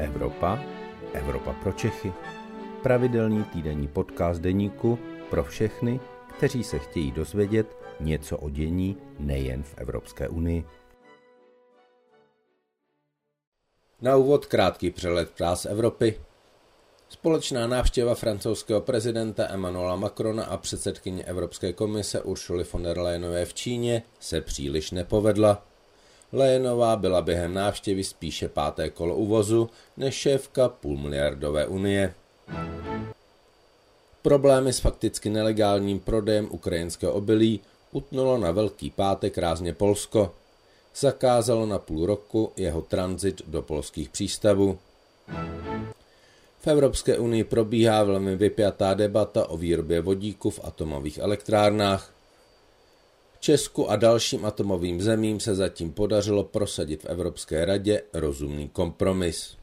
Evropa, Evropa pro Čechy. Pravidelný týdenní podcast deníku pro všechny, kteří se chtějí dozvědět něco o dění nejen v Evropské unii. Na úvod krátký přehled práv Evropy. Společná návštěva francouzského prezidenta Emmanuela Macrona a předsedkyně Evropské komise Ursuly von der Leyenové v Číně se příliš nepovedla. Leyenová byla během návštěvy spíše páté kolo uvozu než šéfka půlmiliardové unie. Problémy s fakticky nelegálním prodejem ukrajinského obilí utnulo na Velký pátek rázně Polsko. Zakázalo na půl roku jeho tranzit do polských přístavů. V Evropské unii probíhá velmi vypjatá debata o výrobě vodíku v atomových elektrárnách. Česku a dalším atomovým zemím se zatím podařilo prosadit v Evropské radě rozumný kompromis.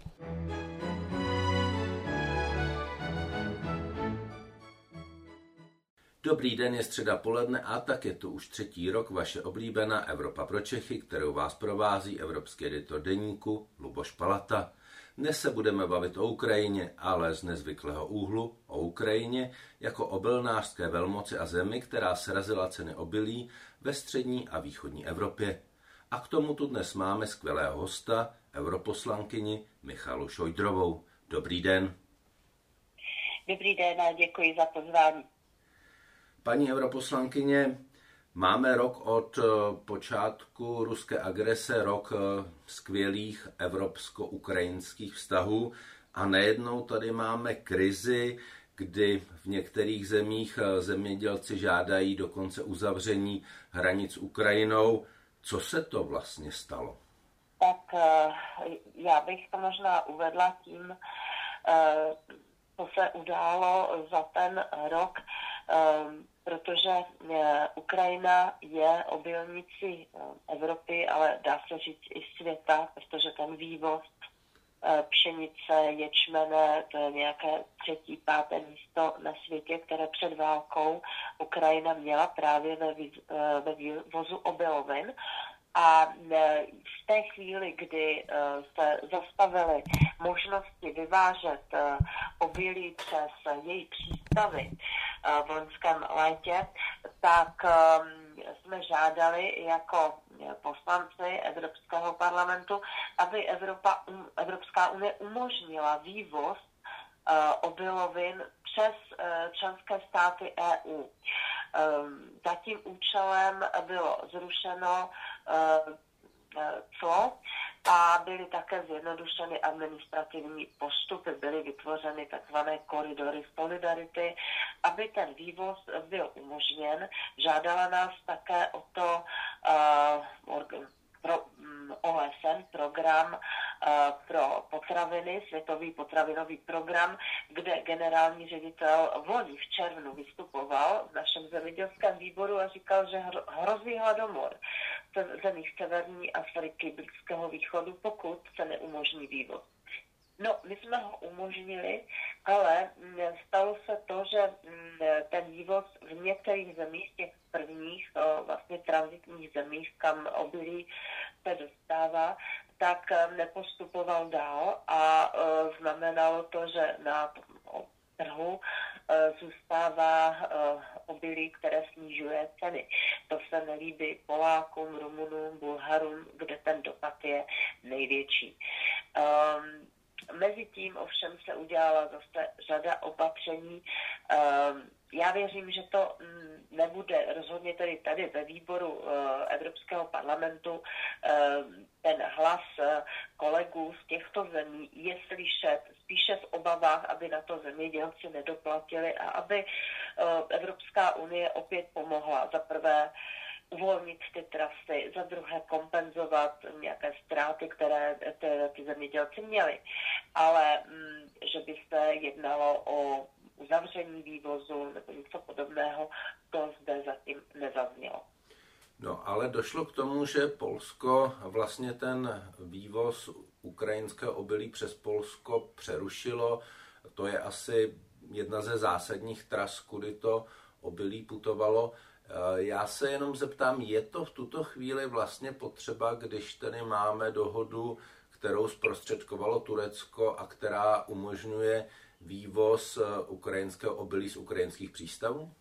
Dobrý den, je středa poledne a tak je tu už třetí rok vaše oblíbená Evropa pro Čechy, kterou vás provází evropský editor deníku Luboš Palata. Dnes se budeme bavit o Ukrajině, ale z nezvyklého úhlu o Ukrajině jako obilnářské velmoci a zemi, která srazila ceny obilí ve střední a východní Evropě. A k tomu tu dnes máme skvělého hosta, europoslankyni Michalu Šojdrovou. Dobrý den. Dobrý den a děkuji za pozvání. Paní europoslankyně, máme rok od počátku ruské agrese, rok skvělých evropsko-ukrajinských vztahů a najednou tady máme krizi, kdy v některých zemích zemědělci žádají dokonce uzavření hranic s Ukrajinou. Co se to vlastně stalo? Tak já bych to možná uvedla tím, co se událo za ten rok, protože Ukrajina je obilnicí Evropy, ale dá se říct i světa, protože ten vývoz pšenice, ječmene, to je nějaké 3., 5. místo na světě, které před válkou Ukrajina měla právě ve vývozu obilovin. A v té chvíli, kdy se zastavily možnosti vyvážet obilí přes její přístavy v loňském létě, tak jsme žádali jako poslanci Evropského parlamentu, aby Evropská unie umožnila vývoz obilovin přes členské státy EU. Za tím účelem bylo zrušeno clo a byly také zjednodušeny administrativní postupy, byly vytvořeny takzvané koridory solidarity, aby ten vývoz byl umožněn. Žádala nás také o to OSN, program pro potraviny, Světový potravinový program, kde generální ředitel vloni v červnu vystupoval v našem zemědělském výboru a říkal, že hrozí hladomor v zemích severní Afriky, Blízkého východu, pokud se neumožní vývoz. No, my jsme ho umožnili, ale stalo se to, že ten vývoz v některých zemích, těch prvních vlastně tranzitních zemích, kam obilí se dostává, tak nepostupoval dál a znamenalo to, že na trhu zůstává obilí, které snižuje ceny. To se nelíbí Polákům, Rumunům, Bulharům, kde ten dopad je největší. Mezitím ovšem se udělala zase řada opatření. Já věřím, že to nebude rozhodně tady ve výboru Evropského parlamentu. Ten hlas kolegů z těchto zemí je slyšet spíše v obavách, aby na to zemědělci nedoplatili a aby Evropská unie opět pomohla. Za prvé uvolnit ty trasy, za druhé kompenzovat nějaké ztráty, které ty zemědělci měli. Ale že by se jednalo o uzavření vývozu nebo něco podobného, to zde zatím nezaznělo. No, ale došlo k tomu, že Polsko vlastně ten vývoz ukrajinského obilí přes Polsko přerušilo. To je asi jedna ze zásadních tras, kudy to obilí putovalo. Já se jenom zeptám, je to v tuto chvíli vlastně potřeba, když tady máme dohodu, kterou zprostředkovalo Turecko a která umožňuje vývoz ukrajinského obilí z ukrajinských přístavů?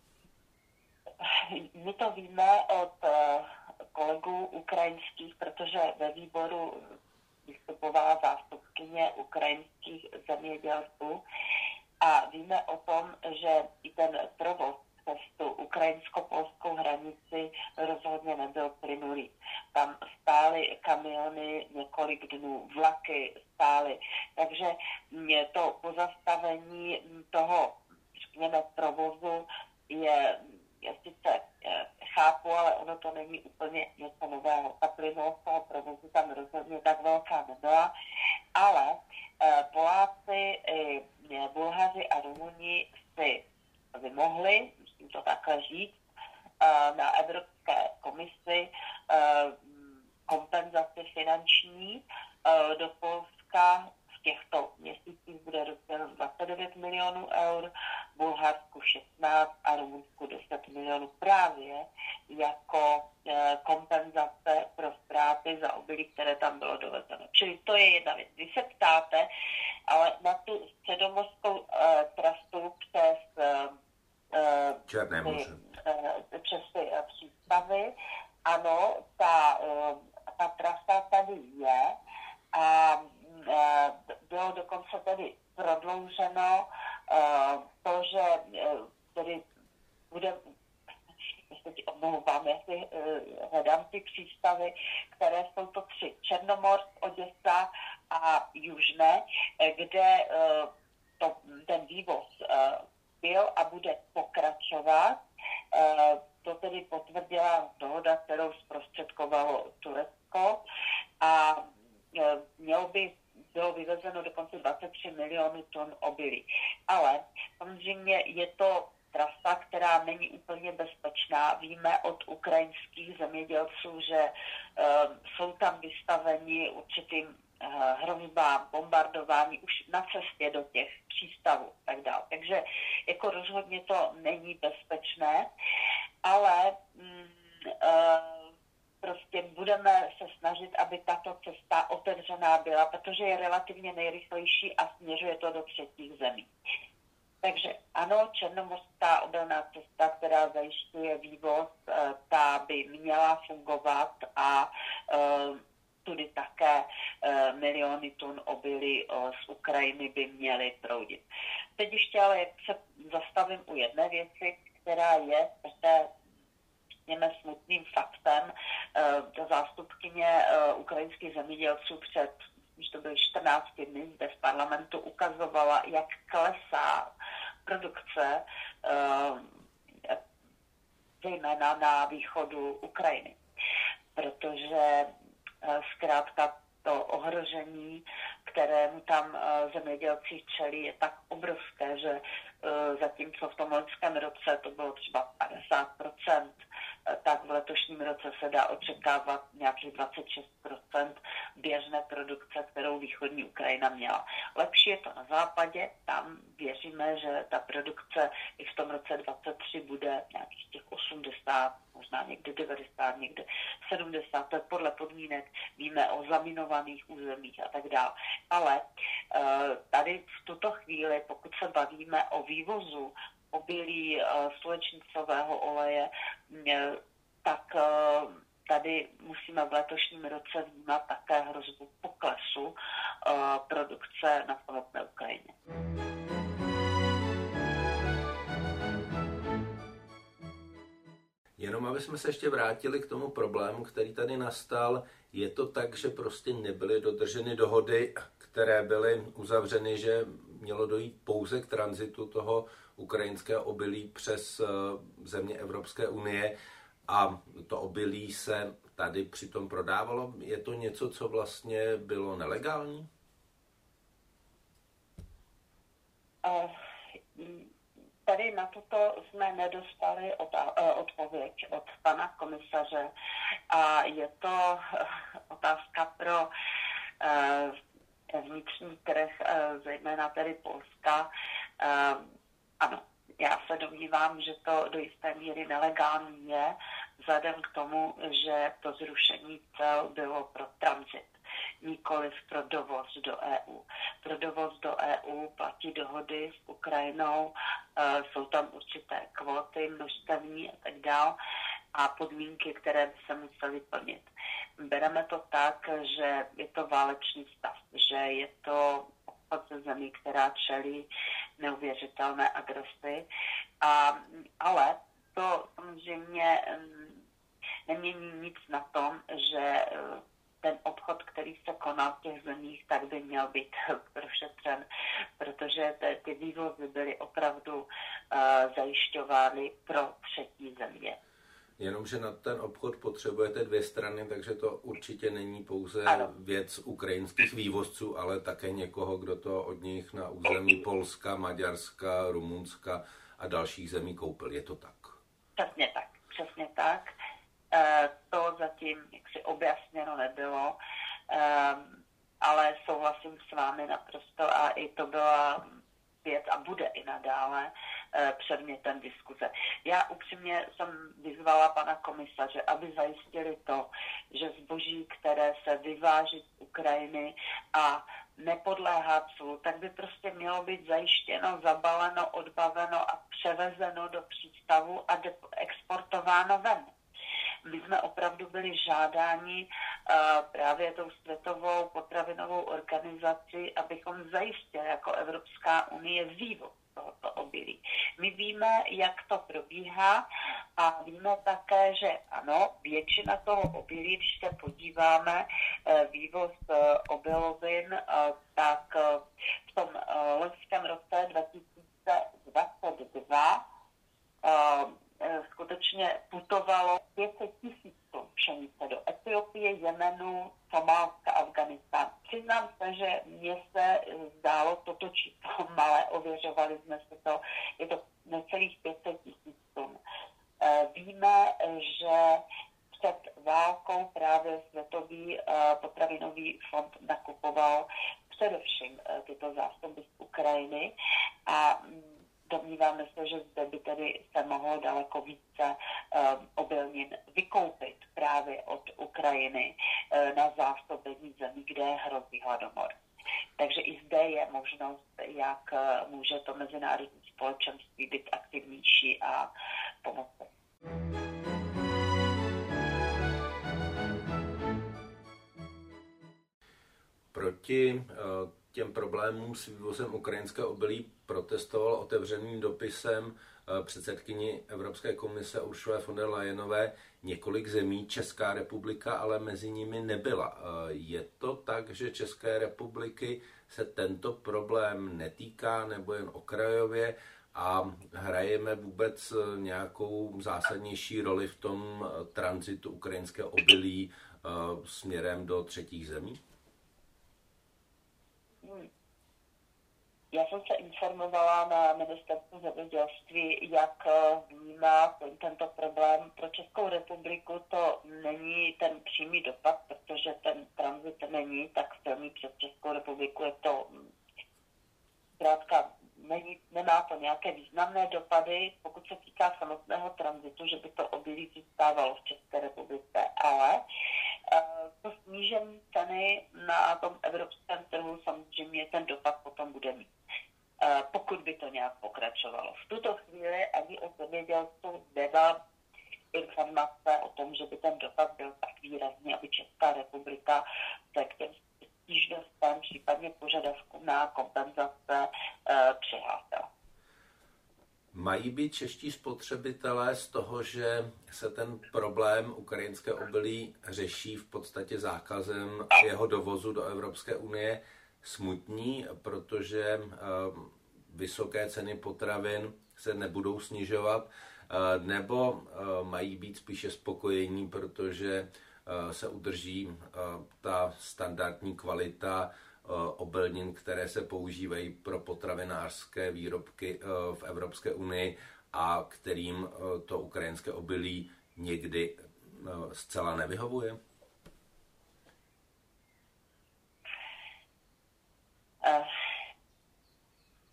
My to víme od kolegů ukrajinských, protože ve výboru vystupovala zástupkyně ukrajinských zemědělců a víme o tom, že i ten provoz přes tu ukrajinsko-polskou hranici rozhodně nebyl plynulý. Tam stály kamiony několik dnů, vlaky stály, takže to pozastavení toho, řekněme, provozu je sice chápu, ale ono to není úplně něco nového. Ta plynulost toho provozu tam rozhodně tak velká nebyla, ale Poláci, Bulhaři a Rumuni si vymohli, musím to takhle říct, na Evropské komisi kompenzaci finanční do Polska v těchto měsících bude rozděleno 29 milionů eur, Bulharsku 16 a Rumunsku 10 milionů právě jako kompenzace pro ztráty za obilí, které tam bylo dovezeno. Čili to je jedna věc. Vy se ptáte, ale na tu středomořskou trasu přes Černé moře. Přes ty přístavy, ano, ta trasa tady je a bylo dokonce tedy prodlouženo to, že tedy bude, teď omlouvám, já si hledám ty přístavy, které jsou to 3, Černomorsk, Oděsa a Južné, kde ten vývoz byl a bude pokračovat. To tedy potvrdila dohoda, kterou zprostředkovalo Turecko a bylo vyvezeno dokonce 23 milionů tun obilí. Ale samozřejmě je to trasa, která není úplně bezpečná. Víme od ukrajinských zemědělců, že jsou tam vystaveni určitým hrozbám, bombardování už na cestě do těch přístavů a tak dále. Takže jako rozhodně to není bezpečné, ale prostě budeme se snažit, aby tato cesta otevřená byla, protože je relativně nejrychlejší a směřuje to do třetích zemí. Takže ano, černomořská obilná cesta, která zajišťuje vývoz, ta by měla fungovat a tudy také miliony tun obilí z Ukrajiny by měly proudit. Teď ještě ale jak se zastavím u jedné věci, která je řekněme smutným faktem. Ta zástupkyně ukrajinských zemědělců před, když to bylo 14 dny zde v parlamentu, ukazovala, jak klesá produkce zejména na východu Ukrajiny. Protože zkrátka to ohrožení, kterému tam zemědělci čelí, je tak obrovské, že zatímco v tom loňském roce to bylo třeba 50%, tak v letošním roce se dá očekávat nějakých 26% běžné produkce, kterou východní Ukrajina měla. Lepší je to na západě, tam věříme, že ta produkce i v tom roce 2023 bude nějakých těch 80, možná někde 90, někde 70, to je podle podmínek, víme o zaminovaných územích a tak dále. Ale tady v tuto chvíli, pokud se bavíme o vývozu obilí, slunečnicového oleje, tak tady musíme v letošním roce vnímat také hrozbu poklesu produkce na samotné Ukrajině. Jenom aby jsme se ještě vrátili k tomu problému, který tady nastal, je to tak, že prostě nebyly dodrženy dohody, které byly uzavřeny, že mělo dojít pouze k tranzitu toho ukrajinského obilí přes země Evropské unie a to obilí se tady přitom prodávalo. Je to něco, co vlastně bylo nelegální? Tady na toto jsme nedostali odpověď od pana komisaře a je to otázka pro vnitřní trh, zejména tedy Polska. Ano, já se domnívám, že to do jisté míry nelegální je vzhledem k tomu, že to zrušení cel bylo pro tranzit, nikoliv pro dovoz do EU. Pro dovoz do EU platí dohody s Ukrajinou, jsou tam určité kvóty, množstevní a tak dále a podmínky, které by se musely plnit. Bereme to tak, že je to válečný stav, že je to obchod se zemí, která čelí neuvěřitelné agresi, ale to samozřejmě nemění nic na tom, že ten obchod, který se koná v těch zemích, tak by měl být prošetřen, protože ty vývozy byly opravdu zajišťovány pro třetí země. Jenomže na ten obchod potřebujete dvě strany, takže to určitě není pouze věc ukrajinských vývozců, ale také někoho, kdo to od nich na území Polska, Maďarska, Rumunska a dalších zemí koupil. Je to tak? Přesně tak. To zatím jaksi objasněno nebylo, ale souhlasím s vámi naprosto a i to byla věc a bude i nadále předmětem diskuze. Já upřímně jsem vyzvala pana komisaře, aby zajistili to, že zboží, které se vyváží z Ukrajiny a nepodléhá clu, tak by prostě mělo být zajištěno, zabaleno, odbaveno a převezeno do přístavu a exportováno ven. My jsme opravdu byli žádáni právě tou Světovou potravinovou organizací, abychom zajistili jako Evropská unie vývoz tohoto obilí. My víme, jak to probíhá a víme také, že ano, většina toho obilí, když se podíváme, vývoz obilovin, tak v tom loňském roce 2022 skutečně putovalo 500 000 tun pšenice do Etiopie, Jemenu, Somálska, Afganistán. Přiznám se, že mně se zdálo toto číslo malé, ověřovali jsme se to, je to necelých 500 000 tun. Víme, že před válkou právě Světový potravinový fond nakupoval především tyto zásoby z Ukrajiny a domníváme se, že zde by tedy se mohlo daleko více obilnin vykoupit právě od Ukrajiny na zásobení zemí, kde hrozí hladomor. Takže i zde je možnost, jak může to mezinárodní společenství být aktivnější a pomoci. Proti těm problémům s vývozem ukrajinského obilí protestoval otevřeným dopisem předsedkyni Evropské komise Ursule von der Leyenové několik zemí, Česká republika ale mezi nimi nebyla. Je to tak, že České republiky se tento problém netýká nebo jen okrajově a hrajeme vůbec nějakou zásadnější roli v tom tranzitu ukrajinského obilí směrem do třetích zemí? Já jsem se informovala na ministerstvu zemědělství, jak vnímá tento problém. Pro Českou republiku to není ten přímý dopad, protože ten tranzit není tak silný přes Českou republiku. Je to zkrátka nemá to nějaké významné dopady, pokud se týká samotného tranzitu, že by to obilí zůstávalo v České republice, ale to snížení ceny na tom evropském trhu samozřejmě ten dopad potom bude mít. Pokud by to nějak pokračovalo. V tuto chvíli ani o zemědělců nemám informace o tom, že by ten dopad byl tak výrazný, aby Česká republika se k těm stížnostem, případně požadavkům na kompenzace přihlásila. Mají být čeští spotřebitelé z toho, že se ten problém ukrajinské obilí řeší v podstatě zákazem jeho dovozu do Evropské unie smutní, protože vysoké ceny potravin se nebudou snižovat, nebo mají být spíše spokojení, protože se udrží ta standardní kvalita obilnin, které se používají pro potravinářské výrobky v Evropské unii a kterým to ukrajinské obilí někdy zcela nevyhovuje?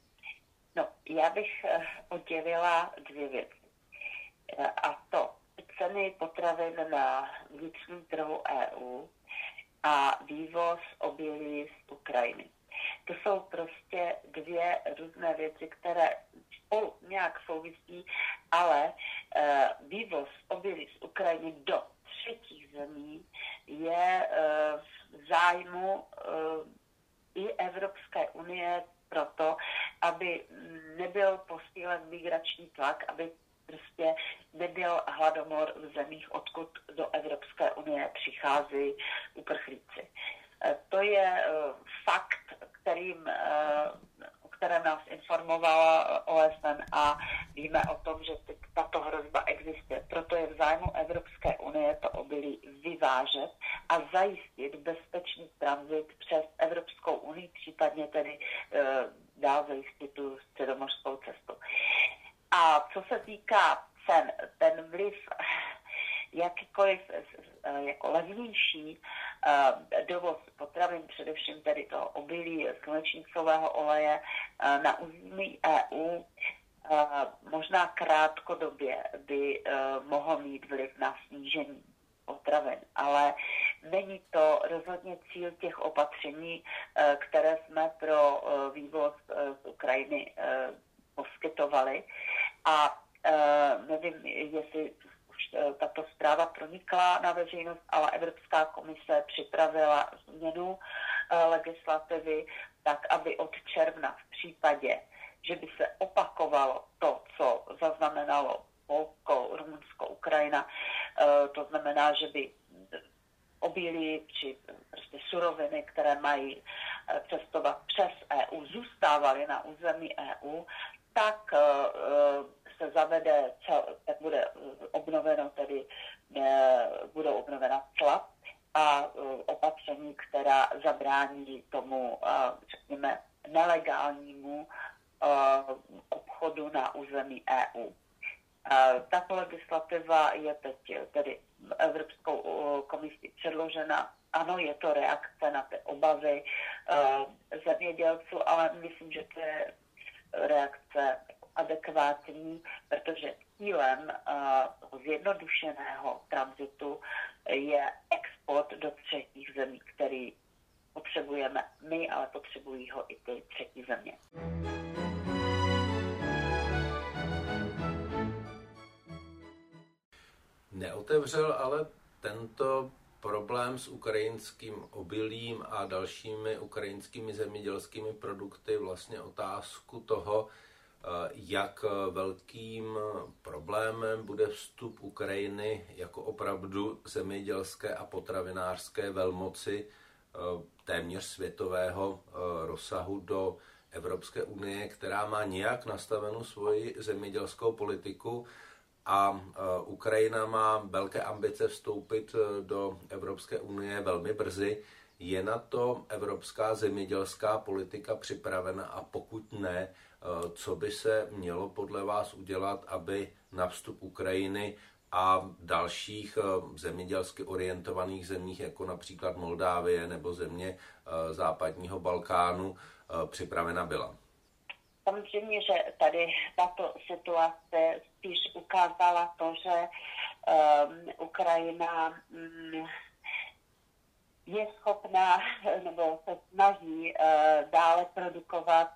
Já bych oddělila dvě věci. A to ceny potravin na vnitřním trhu EU a vývoz obilí z Ukrajiny. To jsou prostě dvě různé věci, které spolu nějak souvisí, ale vývoz obilí z Ukrajiny do třetích zemí je v zájmu i Evropské unie proto, aby nebyl posílen migrační tlak, aby prostě nebyl hladomor v zemích, odkud do Evropské unie přichází uprchlíci. To je fakt, o kterém nás informovala OSN a víme o tom, že tato hrozba existuje. Proto je v zájmu Evropské unie to obilí vyvážet a zajistit bezpečný tranzit přes Evropskou unii, případně tedy dál zajistit tu středomořskou cestu. A co se týká cen, ten vliv jakýkoliv jako levnější dovoz potravin, především tedy toho obilí, slunečnicového oleje na území EU, možná krátkodobě by mohl mít vliv na snížení potravin, ale není to rozhodně cíl těch opatření, které jsme pro vývoz z Ukrajiny poskytovali. A nevím, jestli tato zpráva pronikla na veřejnost, ale Evropská komise připravila změnu legislativy tak, aby od června v případě, že by se opakovalo to, co zaznamenalo Polsko, Rumunsko, Ukrajina, to znamená, že by obilí či prostě suroviny, které mají cestovat přes EU, zůstávaly na území EU, tak se zavede, tak bude obnoveno tedy, budou obnovena cla a opatření, která zabrání tomu, řekněme, nelegálnímu obchodu na území EU. Tato legislativa je teď tedy Evropskou komisí předložena. Ano, je to reakce na ty obavy zemědělců, ale myslím, že to je reakce adekvátní, protože cílem zjednodušeného tranzitu je export do třetích zemí, který potřebujeme my, ale potřebují ho i ty třetí země. Neotevřel ale tento problém s ukrajinským obilím a dalšími ukrajinskými zemědělskými produkty vlastně otázku toho, jak velkým problémem bude vstup Ukrajiny jako opravdu zemědělské a potravinářské velmoci téměř světového rozsahu do Evropské unie, která má nějak nastavenou svoji zemědělskou politiku a Ukrajina má velké ambice vstoupit do Evropské unie velmi brzy. Je na to evropská zemědělská politika připravena a pokud ne, co by se mělo podle vás udělat, aby na vstup Ukrajiny a dalších zemědělsky orientovaných zemích, jako například Moldávie nebo země západního Balkánu, připravena byla? Samozřejmě, že tady tato situace spíš ukázala to, že Ukrajina je schopná nebo se snaží dále produkovat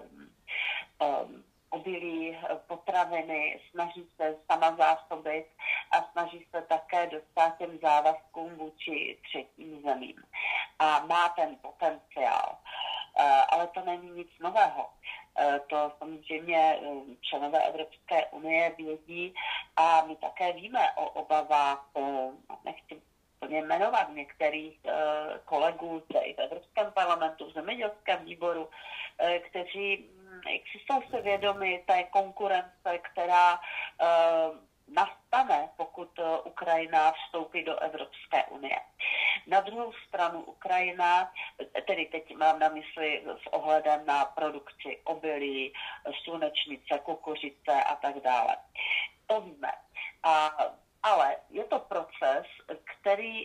obilí, potraviny, snaží se sama zásobit a snaží se také dostat těm závazkům vůči třetím zemím. A má ten potenciál. Ale to není nic nového. To samozřejmě členové Evropské unie vědí a my také víme o obavách, nechci plně jmenovat některých kolegů i v Evropském parlamentu, v zemědělském výboru, kteří jsou si vědomi té konkurence, která nastane, pokud Ukrajina vstoupí do Evropské unie. Na druhou stranu Ukrajina, tedy teď mám na mysli s ohledem na produkci obilí, slunečnice, kukuřice a tak dále. To víme. Ale je to proces, který,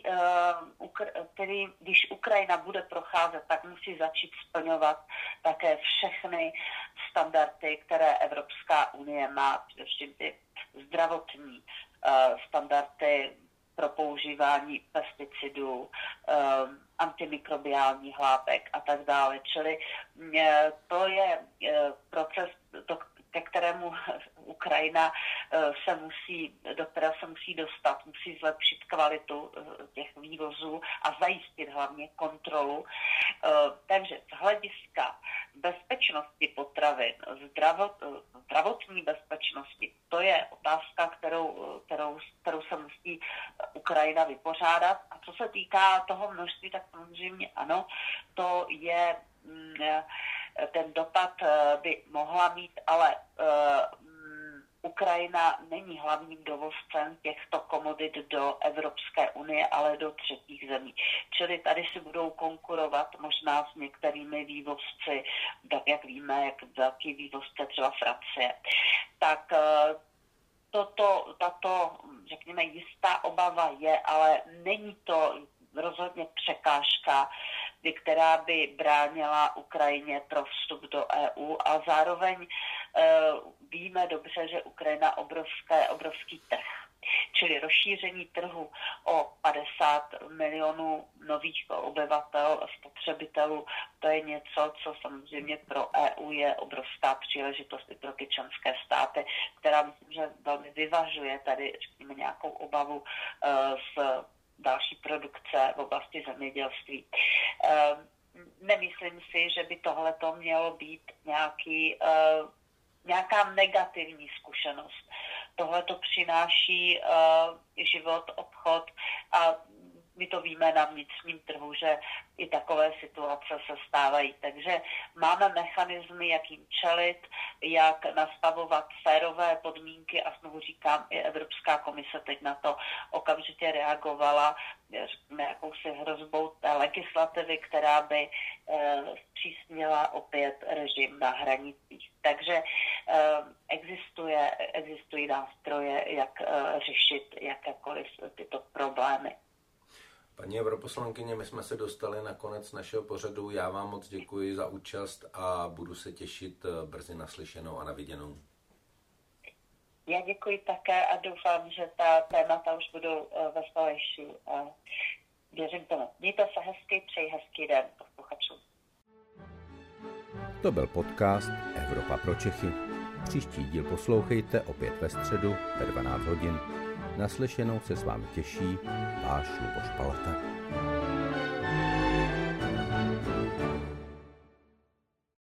když Ukrajina bude procházet, tak musí začít splňovat také všechny standardy, které Evropská unie má, především ty zdravotní, standardy pro používání pesticidů, antimikrobiálních látek a tak dále. Čili to je proces, ke kterému Ukrajina do kterého se musí dostat, musí zlepšit kvalitu těch vývozů a zajistit hlavně kontrolu. Takže z hlediska bezpečnosti potravin, zdravotní bezpečnosti, to je otázka, kterou se musí Ukrajina vypořádat. A co se týká toho množství, tak samozřejmě ano, to je ten dopad by mohla mít, ale Ukrajina není hlavním dovozcem těchto komodit do Evropské unie, ale do třetích zemí. Čili tady si budou konkurovat možná s některými vývozci, tak jak víme, jak velký vývozce třeba Francie. Tak tato, řekněme, jistá obava je, ale není to rozhodně překážka, která by bránila Ukrajině pro vstup do EU a zároveň víme dobře, že Ukrajina obrovský trh. Čili rozšíření trhu o 50 milionů nových obyvatel, spotřebitelů, to je něco, co samozřejmě pro EU je obrovská příležitost i pro ty členské státy, která myslím, že velmi vyvažuje tady, řekněme, nějakou obavu z další produkce v oblasti zemědělství. Nemyslím si, že by tohleto mělo být nějaká negativní zkušenost. Tohleto přináší život, obchod a my to víme na vnitřním trhu, že i takové situace se stávají. Takže máme mechanismy, jak jim čelit, jak nastavovat férové podmínky a znovu říkám, i Evropská komise teď na to okamžitě reagovala, řekněme, jakousi hrozbou té legislativy, která by zpřísnila opět režim na hranicích. Takže existují nástroje, jak řešit jakékoliv tyto problémy. Paní europoslankyně, my jsme se dostali na konec našeho pořadu. Já vám moc děkuji za účast a budu se těšit brzy naslyšenou a na viděnou. Já děkuji také a doufám, že ta témata už budou veselější. Věřím tomu. Mějte se hezky, přeji hezký den posluchačům. To byl podcast Evropa pro Čechy. Příští díl poslouchejte opět ve středu ve 12 hodin. Naslyšenou se s vámi těší váš Luboš Palata.